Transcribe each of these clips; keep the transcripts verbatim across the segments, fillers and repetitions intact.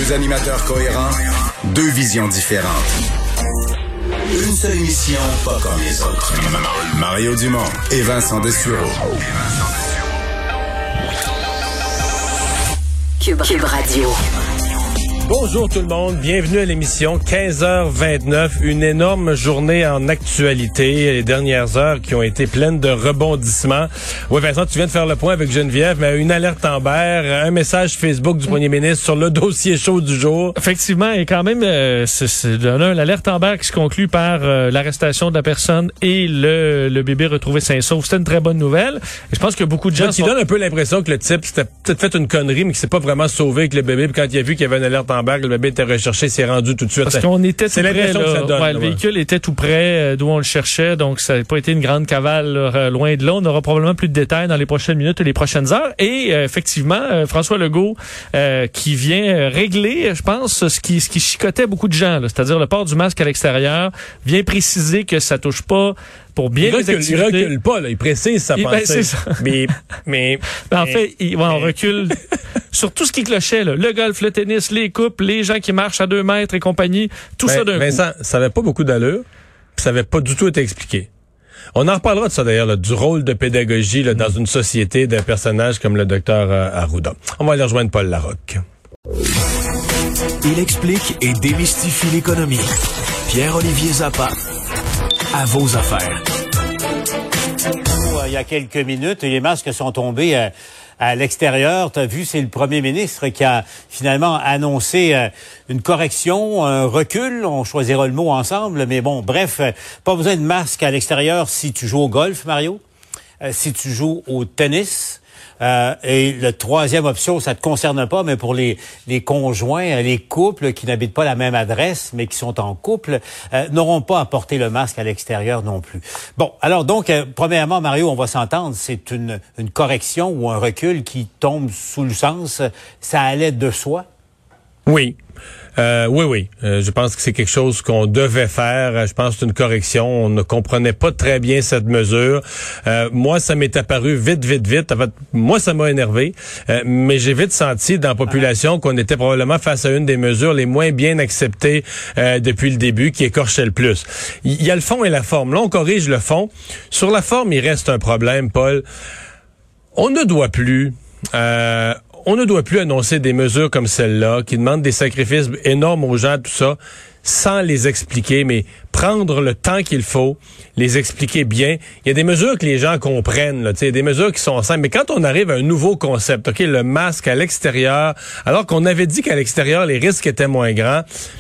Deux animateurs cohérents, deux visions différentes. Une seule émission, pas comme les autres. Mario Dumont et Vincent Dessureau. Cube, Cube Radio. Bonjour tout le monde, bienvenue à l'émission quinze heures vingt-neuf, une énorme journée en actualité, les dernières heures qui ont été pleines de rebondissements. Oui Vincent, tu viens de faire le point avec Geneviève, mais une alerte Amber, un message Facebook du premier ministre sur le dossier chaud du jour. Effectivement, et quand même, euh, c'est, c'est l'alerte Amber qui se conclut par euh, l'arrestation de la personne et le, le bébé retrouvé sain et sauf. C'était une très bonne nouvelle. Et je pense que beaucoup de gens qui sont... donne un peu l'impression que le type s'était peut-être fait une connerie, mais qu'il s'est pas vraiment sauvé avec le bébé. Puis quand il a vu qu'il y avait une alerte Amber, le bébé était recherché, s'est rendu tout de suite. Parce qu'on était c'est tout près, là, que ça donne, ouais, là, le ouais. véhicule était tout près d'où on le cherchait, donc ça n'a pas été une grande cavale là, loin de là. On aura probablement plus de détails dans les prochaines minutes et les prochaines heures. Et euh, effectivement, euh, François Legault euh, qui vient régler, je pense, ce qui, ce qui chicotait beaucoup de gens, là, c'est-à-dire le port du masque à l'extérieur, vient préciser que ça touche pas pour bien il les recule, activités. il recule pas, là, il précise sa il, pensée. Ben, c'est ça. Mais, mais, ben, en mais, fait, il, ouais, on recule sur tout ce qui clochait, là. Le golf, le tennis, les coupes, les gens qui marchent à deux mètres et compagnie, tout ben, ça d'un Vincent, coup. ça avait pas beaucoup d'allure, puis ça avait pas du tout été expliqué. On en reparlera de ça d'ailleurs, là, du rôle de pédagogie là, dans une société d'un personnage comme le docteur euh, Arruda. On va aller rejoindre Paul Larocque. Il explique et démystifie l'économie. Pierre-Olivier Zappa, à vos affaires. Il y a quelques minutes, les masques sont tombés à, à l'extérieur. Tu as vu, c'est le premier ministre qui a finalement annoncé euh, une correction, un recul. On choisira le mot ensemble, mais bon, bref, euh, pas besoin de masque à l'extérieur si tu joues au golf, Mario, euh, si tu joues au tennis. Euh, et la troisième option, ça te concerne pas, mais pour les, les conjoints, les couples qui n'habitent pas la même adresse, mais qui sont en couple, euh, n'auront pas à porter le masque à l'extérieur non plus. Bon, alors donc, euh, premièrement, Mario, on va s'entendre, c'est une, une correction ou un recul qui tombe sous le sens, ça allait de soi? Oui. Euh, oui, oui. Euh, je pense que c'est quelque chose qu'on devait faire. Je pense que c'est une correction. On ne comprenait pas très bien cette mesure. Euh, moi, ça m'est apparu vite, vite, vite. En fait, moi, ça m'a énervé. Euh, mais j'ai vite senti dans la population qu'on était probablement face à une des mesures les moins bien acceptées euh, depuis le début, qui écorchait le plus. Il y a le fond et la forme. Là, on corrige le fond. Sur la forme, il reste un problème, Paul. On ne doit plus... Euh, On ne doit plus annoncer des mesures comme celle-là, qui demandent des sacrifices énormes aux gens, tout ça, sans les expliquer, mais prendre le temps qu'il faut, les expliquer bien. Il y a des mesures que les gens comprennent, là, des mesures qui sont simples. Mais quand on arrive à un nouveau concept, ok, le masque à l'extérieur, alors qu'on avait dit qu'à l'extérieur, les risques étaient moins grands,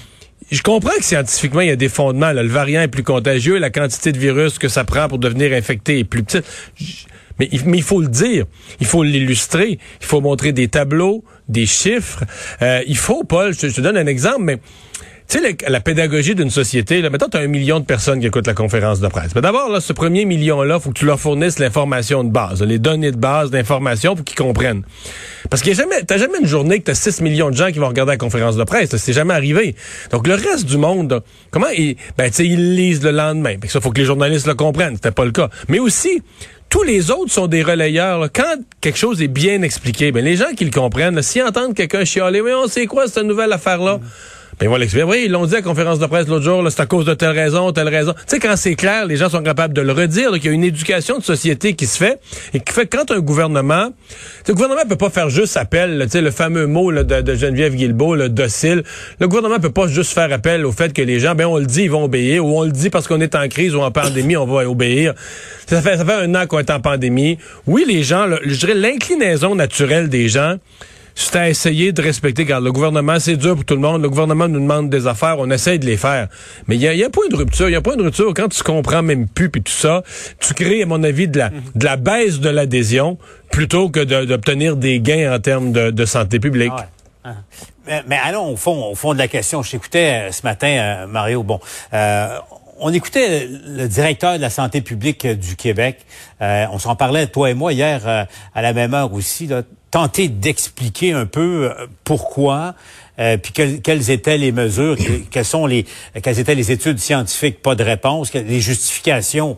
je comprends que scientifiquement, il y a des fondements. Là, le variant est plus contagieux, la quantité de virus que ça prend pour devenir infecté est plus petite. Je, Mais il, mais il faut le dire, il faut l'illustrer, il faut montrer des tableaux, des chiffres. Euh, il faut, Paul, je te, je te donne un exemple, mais tu sais, la, la pédagogie d'une société, là, mettons, tu as un million de personnes qui écoutent la conférence de presse. Mais d'abord, là, ce premier million-là, faut que tu leur fournisses l'information de base, les données de base d'information pour qu'ils comprennent. Parce qu'il y a jamais, t'as jamais une journée que t'as six millions de gens qui vont regarder la conférence de presse. Là, c'est jamais arrivé. Donc, le reste du monde, là, comment ils, ben, tu sais, ils lisent le lendemain. Ça, faut que les journalistes le comprennent. C'était pas le cas. Mais aussi, tous les autres sont des relayeurs. Là. Quand quelque chose est bien expliqué, ben les gens qui le comprennent, là, s'ils entendent quelqu'un chialer, oui, on sait quoi cette nouvelle affaire-là, ben ils vont l'expliquer. Oui, ils l'ont dit à la conférence de presse l'autre jour, là, c'est à cause de telle raison, telle raison. Tu sais, quand c'est clair, les gens sont capables de le redire, qu'il y a une éducation de société qui se fait et qui fait quand un gouvernement, le gouvernement peut pas faire juste appel, tu sais, le fameux mot là, de, de Geneviève Guilbeault, le docile. Le gouvernement peut pas juste faire appel au fait que les gens, ben on le dit, ils vont obéir, ou on le dit parce qu'on est en crise ou en pandémie, on va obéir. Ça fait, ça fait un an qu'on est en pandémie. Oui, les gens, là, je dirais l'inclinaison naturelle des gens, c'est à essayer de respecter. Regarde, le gouvernement, c'est dur pour tout le monde. Le gouvernement nous demande des affaires, on essaye de les faire. Mais il y a, y a un point de rupture. Il y a un point de rupture quand tu comprends même plus puis tout ça. Tu crées, à mon avis, de la, de la baisse de l'adhésion plutôt que de, d'obtenir des gains en termes de, de santé publique. Ah ouais. Ah. Mais, mais allons au fond, au fond de la question. Je t'écoutais euh, ce matin, euh, Mario. Bon, euh, on écoutait le directeur de la santé publique du Québec. Euh, on s'en parlait, toi et moi, hier, euh, à la même heure aussi, là, tenter d'expliquer un peu euh, pourquoi, euh, puis que, quelles étaient les mesures, que, quelles sont les, quelles étaient les études scientifiques, pas de réponse, que, les justifications.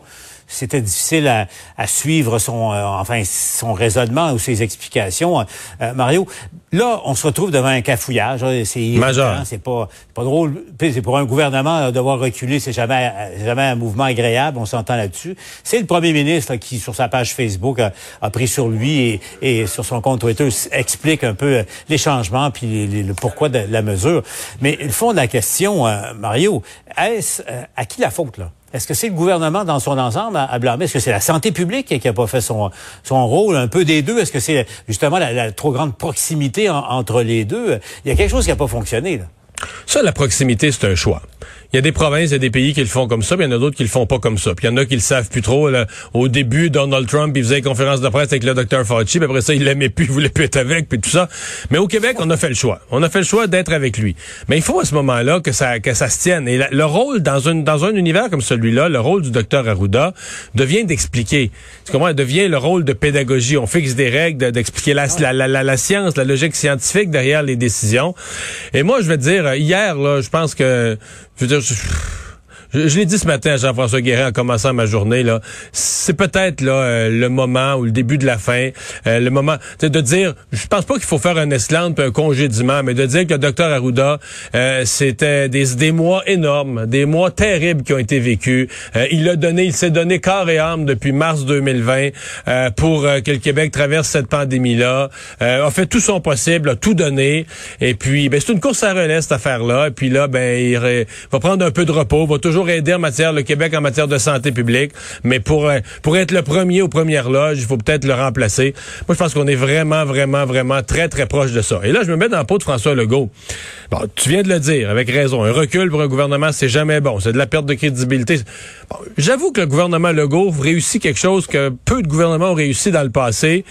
c'était difficile à, à suivre son, euh, enfin, son raisonnement ou ses explications. Euh, Mario, là, on se retrouve devant un cafouillage. Hein, c'est majeur. C'est pas, c'est pas drôle. C'est pour un gouvernement là, devoir reculer, c'est jamais, jamais un mouvement agréable. On s'entend là-dessus. C'est le premier ministre là, qui, sur sa page Facebook, a, a pris sur lui et, et sur son compte Twitter explique un peu les changements puis les, les, le pourquoi de la mesure. Mais le fond de la question, euh, Mario, est-ce euh, à qui la faute là? Est-ce que c'est le gouvernement dans son ensemble à, à blâmer? Est-ce que c'est la santé publique qui a pas fait son son rôle? Un peu des deux? Est-ce que c'est justement la, la trop grande proximité en, entre les deux? Il y a quelque chose qui a pas fonctionné, là. Ça, la proximité, c'est un choix. Il y a des provinces, il y a des pays qui le font comme ça, puis il y en a d'autres qui le font pas comme ça. Puis il y en a qui le savent plus trop. Là. Au début, Donald Trump, il faisait une conférence de presse avec le docteur Fauci, puis après ça, il l'aimait plus, il voulait plus être avec, puis tout ça. Mais au Québec, on a fait le choix. On a fait le choix d'être avec lui. Mais il faut à ce moment-là que ça que ça se tienne. Et la, le rôle, dans, une, dans un univers comme celui-là, le rôle du docteur Arruda devient d'expliquer. Tu comprends? Devient le rôle de pédagogie. On fixe des règles, de, d'expliquer la, la, la, la, la science, la logique scientifique derrière les décisions. Et moi, je vais te dire, hier, là, je pense que... Je veux dire... Je, Je, je l'ai dit ce matin à Jean-François Guérin en commençant ma journée, là, c'est peut-être là euh, le moment ou le début de la fin, euh, le moment de dire, je pense pas qu'il faut faire un esclandre puis un congédiement, mais de dire que le docteur Arruda, euh, c'était des, des mois énormes, des mois terribles qui ont été vécus. Euh, il a donné, il s'est donné corps et âme depuis mars deux mille vingt euh, pour euh, que le Québec traverse cette pandémie-là, euh, a fait tout son possible, a tout donné, et puis ben c'est une course à relais cette affaire-là, et puis là ben il euh, va prendre un peu de repos, va toujours aider en matière, le Québec en matière de santé publique, mais pour pour être le premier aux premières loges, il faut peut-être le remplacer. Moi, je pense qu'on est vraiment, vraiment, vraiment très, très proche de ça. Et là, je me mets dans la peau de François Legault. Bon, tu viens de le dire, avec raison. Un recul pour un gouvernement, c'est jamais bon. C'est de la perte de crédibilité. Bon, j'avoue que le gouvernement Legault réussit quelque chose que peu de gouvernements ont réussi dans le passé.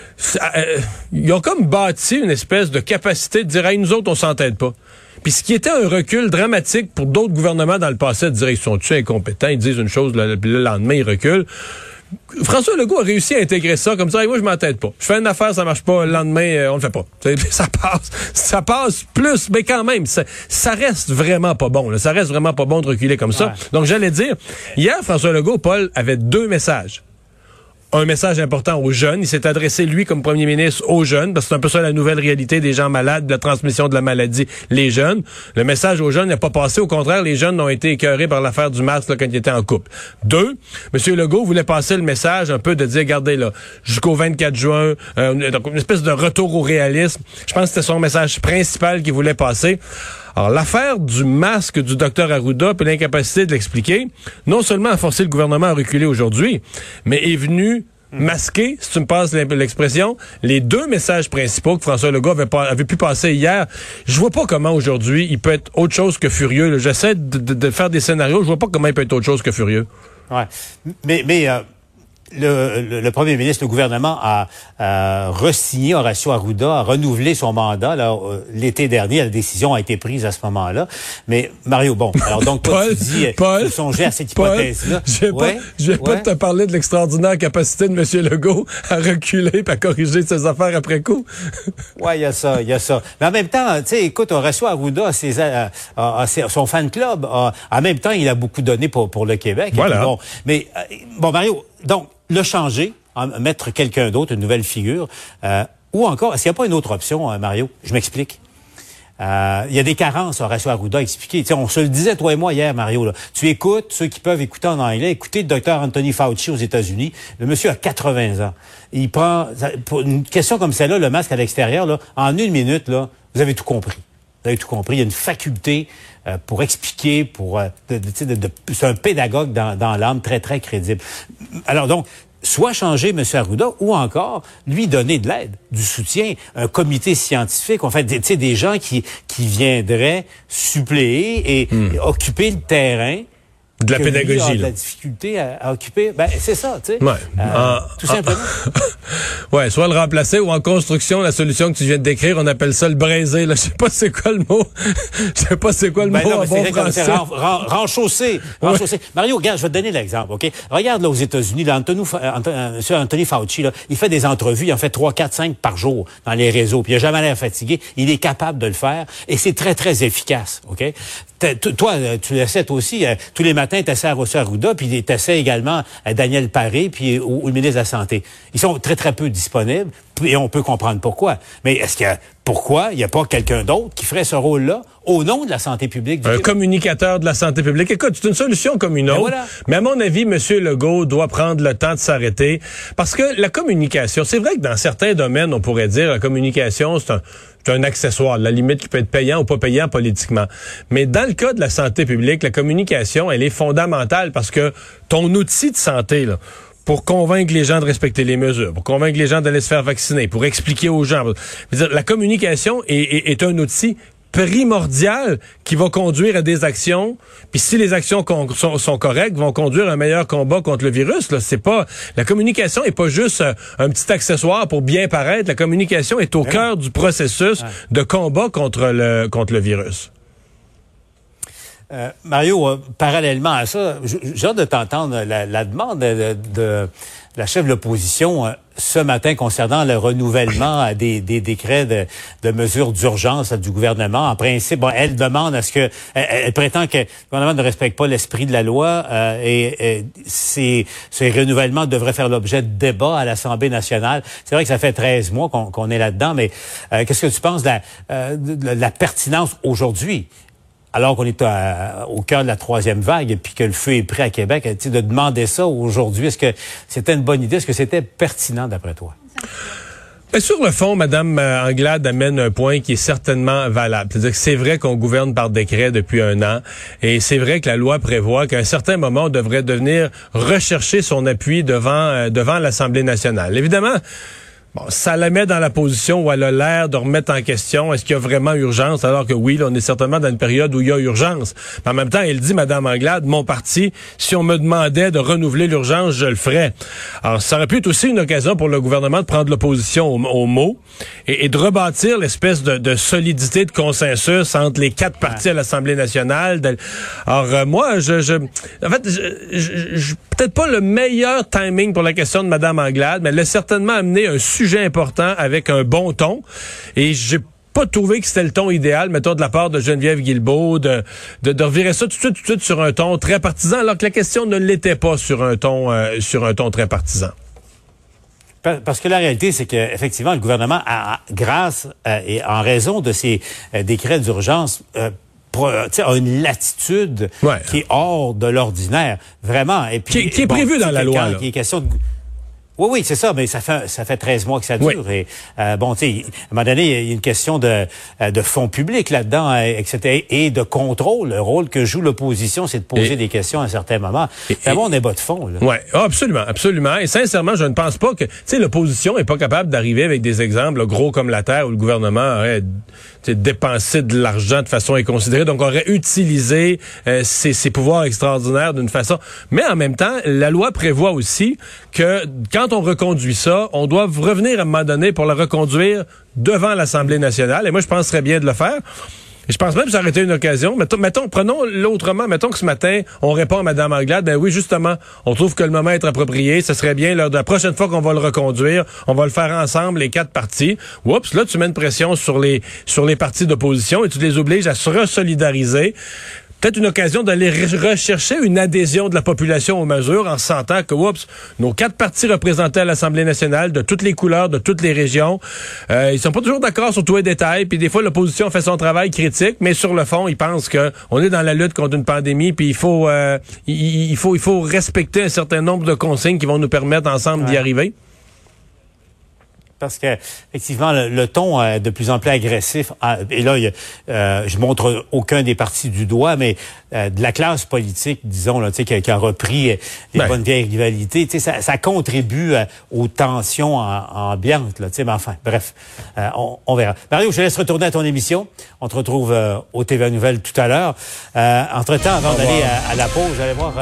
Euh, ils ont comme bâti une espèce de capacité de dire, hey, nous autres, on s'entête pas. Puis ce qui était un recul dramatique pour d'autres gouvernements dans le passé, de dire, ils sont-tu incompétents, ils disent une chose, le, le lendemain, ils reculent. François Legault a réussi à intégrer ça comme ça. Et moi, je m'entête pas. Je fais une affaire, ça marche pas. Le lendemain, euh, on le fait pas. Ça passe. Ça passe plus. Mais quand même, ça, ça reste vraiment pas bon. Là. Ça reste vraiment pas bon de reculer comme ça. Ouais. Donc, j'allais dire, hier, François Legault, Paul, avait deux messages. Un message important aux jeunes. Il s'est adressé, lui, comme premier ministre, aux jeunes, parce que c'est un peu ça la nouvelle réalité des gens malades, de la transmission de la maladie, les jeunes. Le message aux jeunes n'a pas passé. Au contraire, les jeunes ont été écœurés par l'affaire du masque là, quand ils étaient en couple. Deux, M. Legault voulait passer le message un peu de dire, regardez là, jusqu'au vingt-quatre juin, euh, donc une espèce de retour au réalisme. Je pense que c'était son message principal qu'il voulait passer. Alors, l'affaire du masque du docteur Arruda puis l'incapacité de l'expliquer, non seulement a forcé le gouvernement à reculer aujourd'hui, mais est venu masquer, si tu me passes l'expression, les deux messages principaux que François Legault avait, pas, avait pu passer hier. Je vois pas comment aujourd'hui il peut être autre chose que furieux. Là. J'essaie de, de, de faire des scénarios, je vois pas comment il peut être autre chose que furieux. Ouais, mais... mais euh... Le, le, le premier ministre, le gouvernement a, a re-signé Horacio Arruda, a renouvelé son mandat là, euh, l'été dernier. La décision a été prise à ce moment-là. Mais Mario, bon, alors donc toi Paul, tu dis, Paul, tu songeais à cette hypothèse-là. Je vais ouais, pas, je vais ouais. pas te parler de l'extraordinaire capacité de M. Legault à reculer et à corriger ses affaires après coup. Ouais, il y a ça, il y a ça. Mais en même temps, tu sais, écoute, Horacio Arruda a, ses, a, a, a ses, son fan club. A, en même temps, il a beaucoup donné pour, pour le Québec. Voilà. Bon, mais bon, Mario, donc le changer, mettre quelqu'un d'autre, une nouvelle figure, euh, ou encore, est-ce qu'il n'y a pas une autre option, hein, Mario? Je m'explique. Euh, il y a des carences, Horacio Arruda a expliqué. Tu sais, on se le disait, toi et moi, hier, Mario. Là. Tu écoutes, ceux qui peuvent écouter en anglais, écoutez le docteur Anthony Fauci aux États-Unis. Le monsieur a quatre-vingts ans. Il prend, pour une question comme celle-là, le masque à l'extérieur, là, en une minute, là, vous avez tout compris. Vous avez tout compris. Il y a une faculté euh, pour expliquer, pour euh, de, de, de, de, c'est un pédagogue dans, dans l'âme très, très crédible. Alors donc, soit changer M. Arruda ou encore lui donner de l'aide, du soutien, un comité scientifique, en fait, tu sais, des gens qui, qui viendraient suppléer et, mmh. et occuper le terrain. De la pédagogie, lui a de là. la difficulté à, à occuper. Ben, c'est ça, tu sais. Ouais. Euh, en, tout simplement. ouais, soit le remplacer ou en construction, la solution que tu viens de décrire, on appelle ça le braiser, là. Je sais pas c'est quoi le mot. Je sais pas c'est quoi le ben mot non, en bon français. Ren, ren, renchausser. renchausser. Ouais. Mario, regarde, je vais te donner l'exemple, OK? Regarde, là, aux États-Unis, là, Anthony, M. Anthony Fauci, là, il fait des entrevues, il en fait trois, quatre, cinq par jour dans les réseaux, puis il a jamais l'air fatigué. Il est capable de le faire et c'est très, très efficace, OK? Toi, tu le sais, toi aussi, tous les matins, matin, tu essaies à Rousseau Arruda, puis tu essaies également à Daniel Paré, puis au, au ministre de la Santé. Ils sont très, très peu disponibles, et on peut comprendre pourquoi. Mais est-ce qu'il y a, pourquoi il n'y a pas quelqu'un d'autre qui ferait ce rôle-là au nom de la santé publique du Un Québec? Communicateur de la santé publique. Écoute, c'est une solution comme une autre. Voilà. Mais à mon avis, M. Legault doit prendre le temps de s'arrêter. Parce que la communication, c'est vrai que dans certains domaines, on pourrait dire la communication, c'est un, c'est un accessoire, la limite qui peut être payant ou pas payant politiquement. Mais dans le cas de la santé publique, la communication, elle est fondamentale parce que ton outil de santé, là, pour convaincre les gens de respecter les mesures, pour convaincre les gens d'aller se faire vacciner, pour expliquer aux gens. Je veux dire, la communication est, est, est un outil primordial qui va conduire à des actions. Puis si les actions con- sont, sont correctes, vont conduire à un meilleur combat contre le virus. Là, c'est pas la communication est pas juste euh, un petit accessoire pour bien paraître. La communication est au Mais cœur non. du processus ouais. de combat contre le contre le virus. Euh, Mario, euh, parallèlement à ça, j'ai hâte de t'entendre la, la demande de, de, de la chef de l'opposition euh, ce matin concernant le renouvellement des, des décrets de, de mesures d'urgence du gouvernement. En principe, bon, elle demande à ce que, elle, elle prétend que le gouvernement ne respecte pas l'esprit de la loi euh, et, et ces, ces renouvellements devraient faire l'objet de débats à l'Assemblée nationale. C'est vrai que ça fait treize mois qu'on, qu'on est là-dedans, mais euh, qu'est-ce que tu penses de la, euh, de la pertinence aujourd'hui? Alors qu'on est à, au cœur de la troisième vague et puis que le feu est prêt à Québec, de demander ça aujourd'hui, est-ce que c'était une bonne idée? Est-ce que c'était pertinent d'après toi? Mais sur le fond, Mme Anglade amène un point qui est certainement valable. C'est-à-dire que c'est vrai qu'on gouverne par décret depuis un an et c'est vrai que la loi prévoit qu'à un certain moment, on devrait devenir rechercher son appui devant, euh, devant l'Assemblée nationale. Évidemment, bon, ça la met dans la position où elle a l'air de remettre en question est-ce qu'il y a vraiment urgence, alors que oui, là, on est certainement dans une période où il y a urgence. Mais en même temps, elle dit, Mme Anglade, mon parti, si on me demandait de renouveler l'urgence, je le ferais. Alors, ça aurait pu être aussi une occasion pour le gouvernement de prendre l'opposition au, au mot et, et de rebâtir l'espèce de, de solidité, de consensus entre les quatre partis à l'Assemblée nationale. De... Alors, euh, moi, je, je, en fait, je, je, je peut-être pas le meilleur timing pour la question de Mme Anglade, mais elle a certainement amené un sujet important avec un bon ton. Et j'ai pas trouvé que c'était le ton idéal, mettons, de la part de Geneviève Guilbeault, de, de, de revirer ça tout de suite, tout de suite sur un ton très partisan, alors que la question ne l'était pas sur un ton, euh, sur un ton très partisan. Parce que la réalité, c'est qu'effectivement, le gouvernement, a, grâce euh, et en raison de ces euh, décrets d'urgence, euh, a une latitude ouais. qui est hors de l'ordinaire, vraiment. Et puis, qui, qui est bon, prévu dans la loi. Là. Qui est question de... Oui, oui, c'est ça, mais ça fait ça fait treize mois que ça dure. Oui. Et euh, bon, tu sais, à un moment donné, il y a une question de de fonds publics là-dedans, et cetera, et de contrôle. Le rôle que joue l'opposition, c'est de poser et, des questions à un certain moment. C'est un bon débat de fond. Là. Oui, oh, absolument, absolument. Et sincèrement, je ne pense pas que, tu sais, l'opposition est pas capable d'arriver avec des exemples là, gros comme la terre où le gouvernement aurait dépensé de l'argent de façon inconsidérée, donc aurait utilisé euh, ses, ses pouvoirs extraordinaires d'une façon. Mais en même temps, la loi prévoit aussi que quand on reconduit ça, on doit revenir à un moment donné pour la reconduire devant l'Assemblée nationale. Et moi, je penserais bien de le faire. Et je pense même que ça aurait été une occasion. Mettons, mettons prenons l'autrement. Mettons que ce matin, on répond à Mme Anglade, ben oui, justement, on trouve que le moment est approprié. Ce serait bien, lors de la prochaine fois qu'on va le reconduire, on va le faire ensemble, les quatre partis. Oups, là, tu mets une pression sur les, sur les partis d'opposition et tu les obliges à se resolidariser. Peut-être une occasion d'aller rechercher une adhésion de la population aux mesures en sentant que, oups, nos quatre partis représentés à l'Assemblée nationale, de toutes les couleurs, de toutes les régions, euh, ils sont pas toujours d'accord sur tous les détails, puis des fois, l'opposition fait son travail critique, mais sur le fond, ils pensent que on est dans la lutte contre une pandémie, puis il faut, euh, il, il faut, il faut respecter un certain nombre de consignes qui vont nous permettre ensemble ouais. d'y arriver. Parce que effectivement le, le ton est de plus en plus agressif. Et là, il y a, euh, je montre aucun des partis du doigt, mais euh, de la classe politique, disons, là, tu sais, qui, qui a repris les ben. bonnes vieilles rivalités. Tu sais, ça, ça contribue euh, aux tensions en, ambiantes. Là, tu sais, mais enfin, bref, euh, on, on verra. Mario, je te laisse retourner à ton émission. On te retrouve euh, au T V Nouvelles tout à l'heure. Euh, entre temps, avant d'aller à, à la pause, j'allais voir.